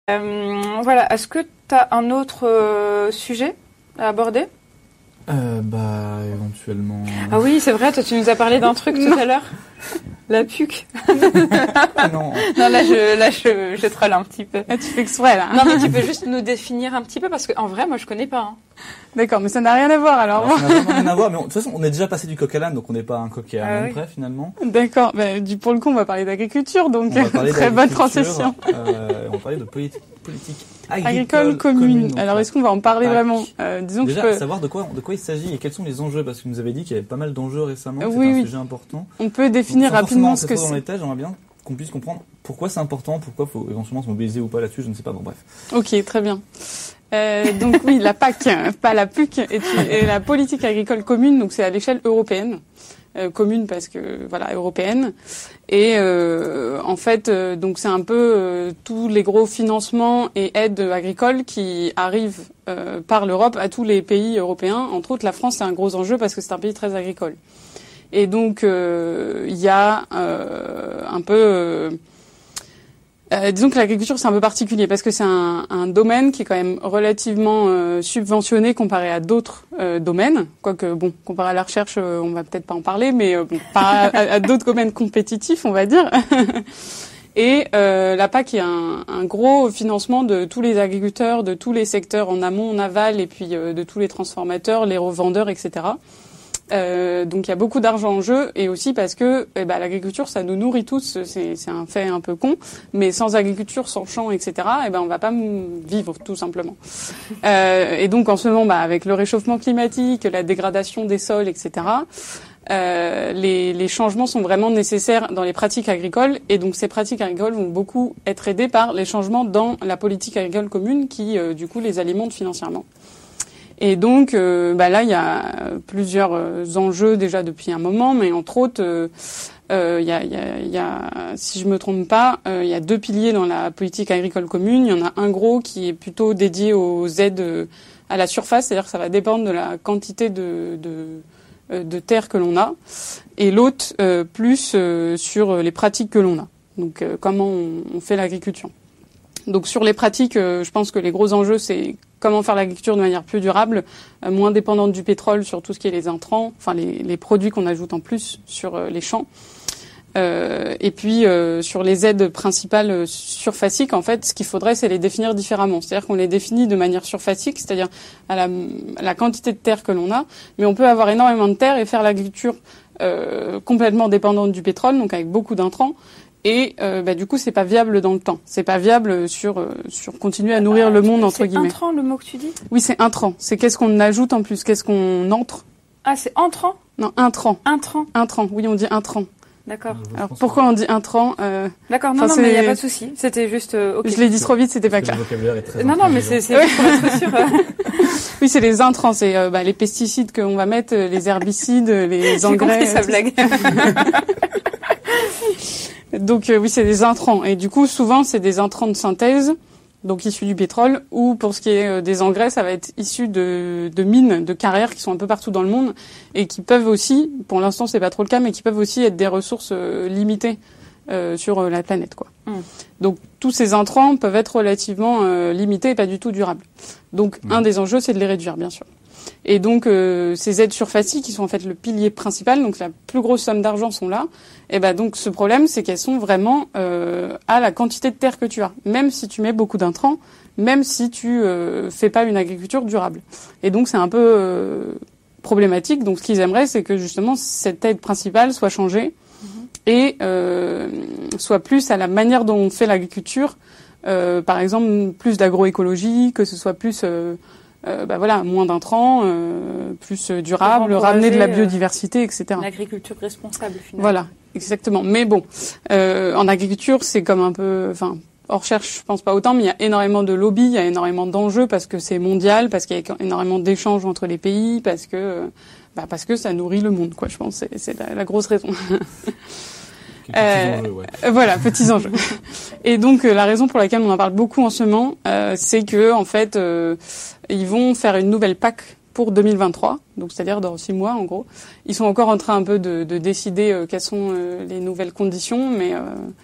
Voilà. Est-ce que tu as un autre sujet à aborder? Éventuellement. Ah oui, c'est vrai, toi tu nous as parlé d'un truc tout à l'heure. La PUC. Non. Non, là je troll un petit peu. Ah, tu fais exprès, là. Non, mais tu peux juste nous définir un petit peu parce qu'en vrai, moi je connais pas. Hein. D'accord, mais ça n'a rien à voir alors. Ça n'a vraiment rien à voir, mais de toute façon, on est déjà passé du coq à l'âne, donc on n'est pas un coq à l'âne près finalement. D'accord, pour le coup, on va parler d'agriculture, donc très bonne transition. On va parler de politique agricole commune. Alors, est-ce qu'on va en parler vraiment disons déjà, que savoir de quoi il s'agit et quels sont les enjeux, parce que vous nous avez dit qu'il y avait pas mal d'enjeux récemment, que oui, c'est un sujet important. On peut définir rapidement ce que c'est. Dans les tâches, j'aimerais bien qu'on puisse comprendre pourquoi c'est important, pourquoi il faut éventuellement se mobiliser ou pas là-dessus, je ne sais pas, bon bref. Ok, très bien. Donc oui, la PAC, pas la PUC, est la politique agricole commune, donc c'est à l'échelle européenne. Commune parce que voilà, européenne, et en fait donc c'est un peu tous les gros financements et aides agricoles qui arrivent par l'Europe à tous les pays européens. Entre autres, la France, c'est un gros enjeu parce que c'est un pays très agricole, et donc il y a un peu disons que l'agriculture, c'est un peu particulier parce que c'est un domaine qui est quand même relativement subventionné comparé à d'autres domaines. Quoique, bon, comparé à la recherche, on va peut-être pas en parler, mais pas à d'autres domaines compétitifs, on va dire. Et la PAC est un gros financement de tous les agriculteurs, de tous les secteurs en amont, en aval, et puis de tous les transformateurs, les revendeurs, etc. Donc il y a beaucoup d'argent en jeu, et aussi parce que l'agriculture, ça nous nourrit tous, c'est un fait un peu con, mais sans agriculture, sans champs, etc., on va pas vivre tout simplement. Et donc en ce moment, avec le réchauffement climatique, la dégradation des sols, etc., les changements sont vraiment nécessaires dans les pratiques agricoles, et donc ces pratiques agricoles vont beaucoup être aidées par les changements dans la politique agricole commune qui du coup les alimente financièrement. Et donc là, il y a plusieurs enjeux déjà depuis un moment, mais entre autres, il y a, si je me trompe pas, il y a 2 piliers dans la politique agricole commune. Il y en a un gros qui est plutôt dédié aux aides à la surface, c'est-à-dire que ça va dépendre de la quantité de terre que l'on a, et l'autre plus sur les pratiques que l'on a. Donc comment on fait l'agriculture. Donc sur les pratiques, je pense que les gros enjeux, c'est comment faire l'agriculture de manière plus durable, moins dépendante du pétrole sur tout ce qui est les intrants, enfin les produits qu'on ajoute en plus sur les champs. Et puis sur les aides principales surfaciques, en fait, ce qu'il faudrait, c'est les définir différemment. C'est-à-dire qu'on les définit de manière surfacique, c'est-à-dire à la quantité de terre que l'on a, mais on peut avoir énormément de terre et faire l'agriculture complètement dépendante du pétrole, donc avec beaucoup d'intrants. Et du coup, c'est pas viable dans le temps. C'est pas viable sur continuer à nourrir le monde, entre guillemets. C'est intrant, le mot que tu dis? Oui, c'est intrant. C'est qu'est-ce qu'on ajoute en plus, qu'est-ce qu'on entre. Ah, c'est entrant? Non, intrant. Intrant. Intrant. Oui, on dit intrant. D'accord. Alors pourquoi on dit intrant D'accord, non, mais il n'y a pas de souci. C'était juste. Okay. Je l'ai dit trop vite, c'était pas clair. Le vocabulaire est très non, mais c'est pour être sûr. Oui, c'est les intrants, c'est les pesticides qu'on va mettre, les herbicides, les engrais. J'ai compris sa blague. Donc oui, c'est des intrants. Et du coup, souvent, c'est des intrants de synthèse, donc issus du pétrole, ou pour ce qui est des engrais, ça va être issu de mines, de carrières qui sont un peu partout dans le monde, et qui peuvent aussi, pour l'instant c'est pas trop le cas, mais qui peuvent aussi être des ressources limitées sur la planète, quoi. Donc tous ces intrants peuvent être relativement limités et pas du tout durables. Donc un des enjeux, c'est de les réduire, bien sûr. Et donc ces aides surfaciques, qui sont en fait le pilier principal, donc la plus grosse somme d'argent sont là. Et donc ce problème, c'est qu'elles sont vraiment à la quantité de terre que tu as, même si tu mets beaucoup d'intrants, même si tu fais pas une agriculture durable. Et donc c'est un peu problématique. Donc ce qu'ils aimeraient, c'est que justement cette aide principale soit changée et soit plus à la manière dont on fait l'agriculture. Par exemple, plus d'agroécologie, que ce soit plus moins d'intrants, plus durable, ramener de la biodiversité, etc. L'agriculture responsable, finalement. Voilà, exactement. Mais bon, en agriculture, c'est comme un peu, hors recherche, je pense pas autant, mais il y a énormément de lobbies, il y a énormément d'enjeux parce que c'est mondial, parce qu'il y a énormément d'échanges entre les pays, parce que ça nourrit le monde, quoi. Je pense c'est la grosse raison. Petits enjeux, ouais. Voilà, petits enjeux. Et donc la raison pour laquelle on en parle beaucoup en ce moment, c'est que en fait, ils vont faire une nouvelle PAC pour 2023, donc c'est-à-dire dans 6 mois en gros. Ils sont encore en train un peu de décider quelles sont les nouvelles conditions, mais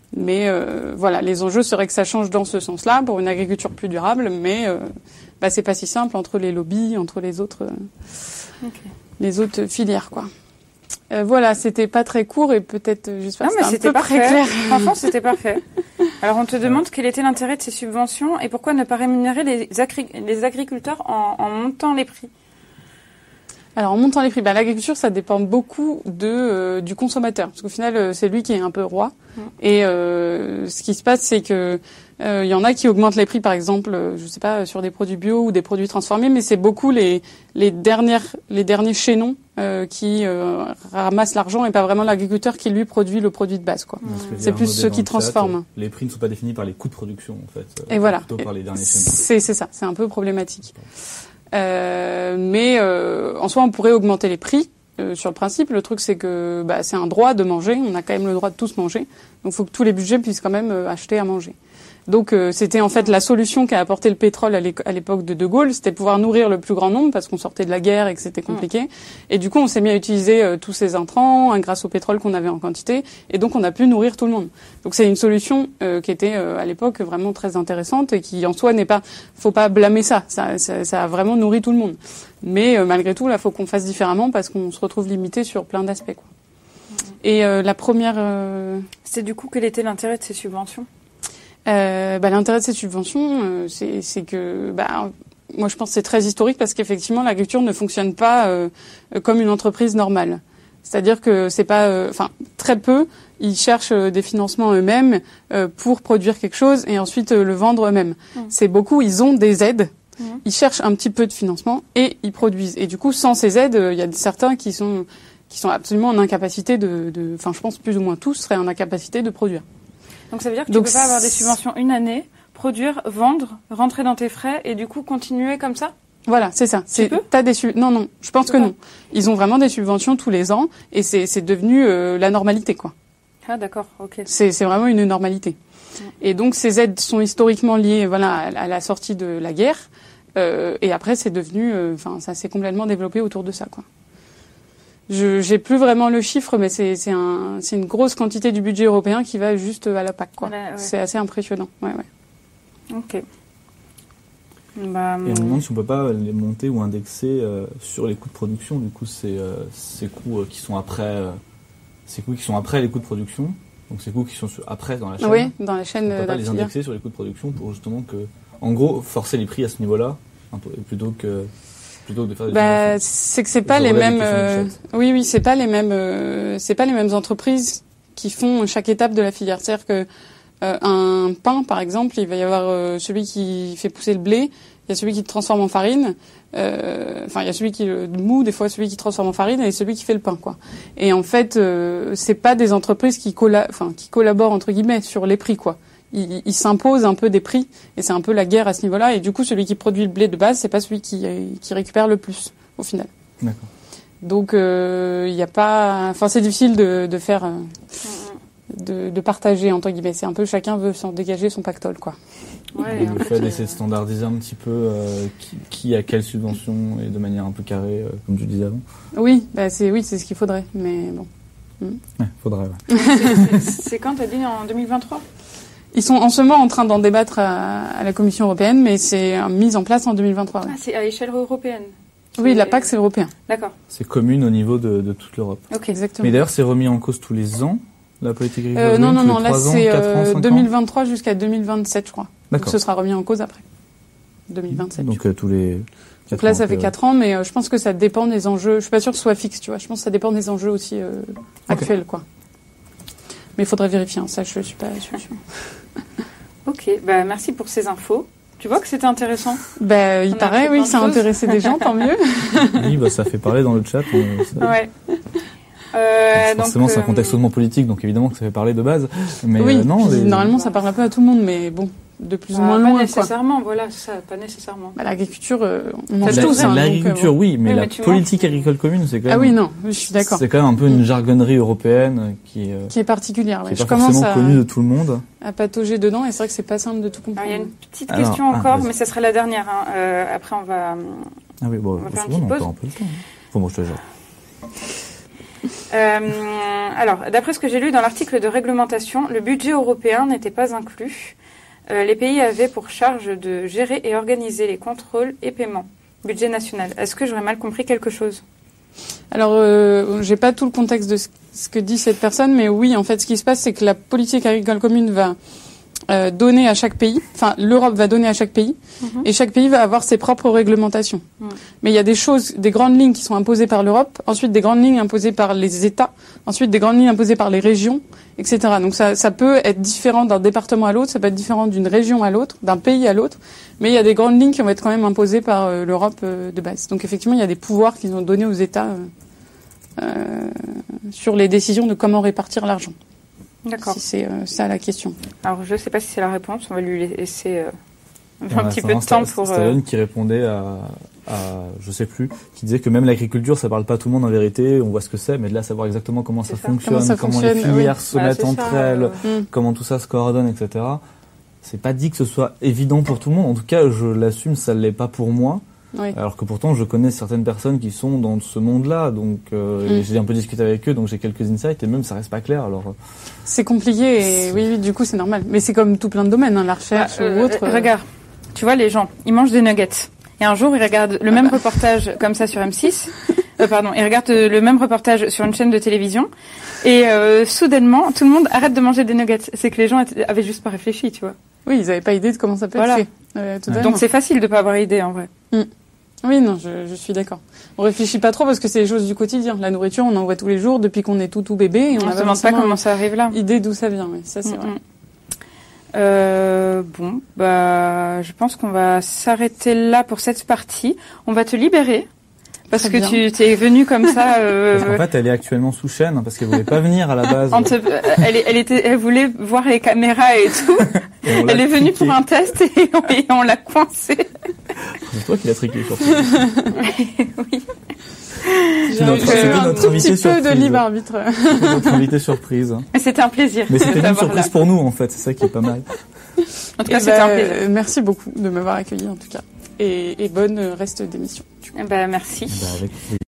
Mais voilà, les enjeux seraient que ça change dans ce sens-là pour une agriculture plus durable, mais c'est pas si simple entre les lobbies, entre les autres filières, quoi. Voilà, c'était pas très court et peut-être, j'espère que c'était un peu très clair. Franchement, c'était parfait. Alors, on te demande quel était l'intérêt de ces subventions et pourquoi ne pas rémunérer les agriculteurs en montant les prix. Alors, en montant les prix, l'agriculture, ça dépend beaucoup du consommateur. Parce qu'au final, c'est lui qui est un peu roi. Et ce qui se passe, c'est que il y en a qui augmentent les prix, par exemple, je sais pas, sur des produits bio ou des produits transformés, mais c'est beaucoup les derniers chaînons qui ramassent l'argent et pas vraiment l'agriculteur qui, lui, produit le produit de base, quoi. C'est plus ceux qui transforment. Les prix ne sont pas définis par les coûts de production, en fait. Et voilà. Plutôt par les derniers chaînons. C'est ça. C'est un peu problématique. Mais en soi, on pourrait augmenter les prix sur le principe. Le truc, c'est que c'est un droit de manger. On a quand même le droit de tous manger. Donc, il faut que tous les budgets puissent quand même acheter à manger. Donc, c'était en fait la solution qu'a apporté le pétrole à l'époque de Gaulle. C'était pouvoir nourrir le plus grand nombre parce qu'on sortait de la guerre et que c'était compliqué. Et du coup, on s'est mis à utiliser tous ces intrants grâce au pétrole qu'on avait en quantité. Et donc, on a pu nourrir tout le monde. Donc, c'est une solution qui était à l'époque vraiment très intéressante et qui, en soi, faut pas blâmer ça. Ça a vraiment nourri tout le monde. Mais malgré tout, là, faut qu'on fasse différemment parce qu'on se retrouve limité sur plein d'aspects, quoi. Et la première... C'est du coup, quel était l'intérêt de ces subventions ? L'intérêt de ces subventions, c'est que, moi je pense que c'est très historique parce qu'effectivement l'agriculture ne fonctionne pas comme une entreprise normale. C'est-à-dire que c'est pas, très peu, ils cherchent des financements eux-mêmes pour produire quelque chose et ensuite le vendre eux-mêmes. C'est beaucoup, ils ont des aides. Ils cherchent un petit peu de financement et ils produisent. Et du coup, sans ces aides, il y a certains qui sont absolument en incapacité je pense plus ou moins tous seraient en incapacité de produire. Donc ça veut dire que tu peux pas avoir des subventions une année, produire, vendre, rentrer dans tes frais et du coup continuer comme ça ? Voilà, c'est ça. Non, je pense que non. Ils ont vraiment des subventions tous les ans et c'est devenu la normalité, quoi. Ah d'accord, ok. C'est vraiment une normalité. Et donc ces aides sont historiquement liées, à la sortie de la guerre. Et après c'est devenu, ça s'est complètement développé autour de ça, quoi. J'ai plus vraiment le chiffre, mais c'est une grosse quantité du budget européen qui va juste à la PAC, quoi. Voilà, ouais. C'est assez impressionnant. Ouais. Ok. Et on me demande si on peut pas les monter ou indexer sur les coûts de production. Du coup, ces coûts qui sont après, les coûts de production. Donc ces coûts qui sont après dans la chaîne. Oui, dans la chaîne. On peut pas les indexer sur les coûts de production pour justement en gros, forcer les prix à ce niveau-là, un peu, plutôt que de faire des c'est que c'est pas les mêmes. Oui, c'est pas les mêmes entreprises qui font chaque étape de la filière. C'est-à-dire que un pain, par exemple, il va y avoir celui qui fait pousser le blé, il y a celui qui le transforme en farine. Il y a celui qui le mou, des fois celui qui transforme en farine, et celui qui fait le pain, quoi. Et en fait, c'est pas des entreprises qui collaborent entre guillemets sur les prix, quoi. Ils s'imposent un peu des prix et c'est un peu la guerre à ce niveau-là. Et du coup, celui qui produit le blé de base, c'est pas celui qui récupère le plus au final. D'accord. Donc, il y a pas. C'est difficile de faire, de partager entre guillemets. C'est un peu chacun veut s'en dégager son pactole, quoi. Ouais. Le fait d'essayer de standardiser un petit peu qui a quelle subvention et de manière un peu carrée, comme tu disais avant. Oui, c'est ce qu'il faudrait, mais bon. Faudrait. Ouais. C'est quand t'as dit en 2023? Ils sont en ce moment en train d'en débattre à la Commission européenne, mais c'est mis en place en 2023. Ouais. Ah, c'est à échelle européenne. Oui, la PAC, c'est européen. D'accord. C'est commune au niveau de toute l'Europe. Ok, exactement. Mais d'ailleurs, c'est remis en cause tous les ans, la politique agricole. Non, là c'est 2023 jusqu'à 2027, je crois. D'accord. Donc ce sera remis en cause après. 2027. Donc tous les... Donc là, ça fait 4 ans, mais je pense que ça dépend des enjeux. Je suis pas sûre que ce soit fixe, tu vois. Je pense que ça dépend des enjeux aussi actuels, quoi. Mais il faudrait vérifier, ça je suis pas sûre. Ok, merci pour ces infos. Tu vois que c'était intéressant. Il paraît, oui, ça a intéressé des gens, tant mieux. Oui, ça fait parler dans le chat. Ouais. Forcément, c'est un contexte hautement politique, donc évidemment que ça fait parler de base. Mais oui, normalement, ça parle un peu à tout le monde, mais bon, de plus ou moins loin. Pas nécessairement, voilà, ça, pas nécessairement. L'agriculture, on mange tous. L'agriculture, oui, mais la politique agricole commune, c'est quand même... Ah oui, non, je suis d'accord. C'est quand même un peu une jargonnerie européenne qui est particulière. Ouais. Qui est pas forcément connue de tout le monde. À patauger dedans, et c'est vrai que c'est pas simple de tout comprendre. Il y a une petite question encore, mais ça sera la dernière. Après, on va... Ah oui, bon, on va faire une petite pause. On peut un peu le temps. Bon, moi, je te jure. Alors, d'après ce que j'ai lu dans l'article de réglementation, le budget européen n'était pas inclus. Les pays avaient pour charge de gérer et organiser les contrôles et paiements. Budget national. Est-ce que j'aurais mal compris quelque chose ? Alors, j'ai pas tout le contexte de ce que dit cette personne, mais oui, en fait, ce qui se passe, c'est que la politique agricole commune va donner à chaque pays, enfin, l'Europe va donner à chaque pays, et chaque pays va avoir ses propres réglementations. Mais il y a des grandes lignes qui sont imposées par l'Europe, ensuite des grandes lignes imposées par les États, ensuite des grandes lignes imposées par les régions, etc. Donc ça peut être différent d'un département à l'autre, ça peut être différent d'une région à l'autre, d'un pays à l'autre, mais il y a des grandes lignes qui vont être quand même imposées par l'Europe de base. Donc effectivement, il y a des pouvoirs qu'ils ont donnés aux États sur les décisions de comment répartir l'argent. D'accord. Si c'est ça la question. Alors, je ne sais pas si c'est la réponse. On va lui laisser un petit peu de temps pour... Stallone qui répondait à je sais plus, qui disait que même l'agriculture, ça parle pas à tout le monde en vérité. On voit ce que c'est, mais de là, savoir exactement comment ça fonctionne, comment les filières se mettent entre elles, comment tout ça se coordonne, etc. C'est pas dit que ce soit évident pour tout le monde. En tout cas, je l'assume, ça l'est pas pour moi. Oui. Alors que pourtant, je connais certaines personnes qui sont dans ce monde-là, donc j'ai un peu discuté avec eux, donc j'ai quelques insights, et même ça reste pas clair. Alors c'est compliqué, et oui, du coup c'est normal. Mais c'est comme tout plein de domaines, hein, la recherche ou autre. Regarde, tu vois les gens, ils mangent des nuggets, et un jour ils regardent le même reportage comme ça sur M6. Ils regardent le même reportage sur une chaîne de télévision, et soudainement tout le monde arrête de manger des nuggets. C'est que les gens avaient juste pas réfléchi, tu vois. Oui, ils n'avaient pas idée de comment ça peut être fait. Donc c'est facile de pas avoir idée en vrai. Oui, non, je suis d'accord. On réfléchit pas trop parce que c'est les choses du quotidien. La nourriture, on en voit tous les jours depuis qu'on est tout bébé. Et on ne se demande pas comment ça arrive là. Idée d'où ça vient, oui, ça c'est vrai. Bon, je pense qu'on va s'arrêter là pour cette partie. On va te libérer. Parce que tu t'es venue comme ça. En fait, elle est actuellement sous chaîne parce qu'elle voulait pas venir à la base. Elle voulait voir les caméras et tout. Elle est venue pour un test et on l'a coincée. C'est toi qui l'as triqué surtout. Oui. J'ai un petit peu de libre arbitre. Notre invité surprise. C'était un plaisir. Mais c'était une surprise pour nous en fait. C'est ça qui est pas mal. En tout cas, c'était un plaisir. Merci beaucoup de m'avoir accueilli en tout cas. Et bonne reste d'émission. Merci. Avec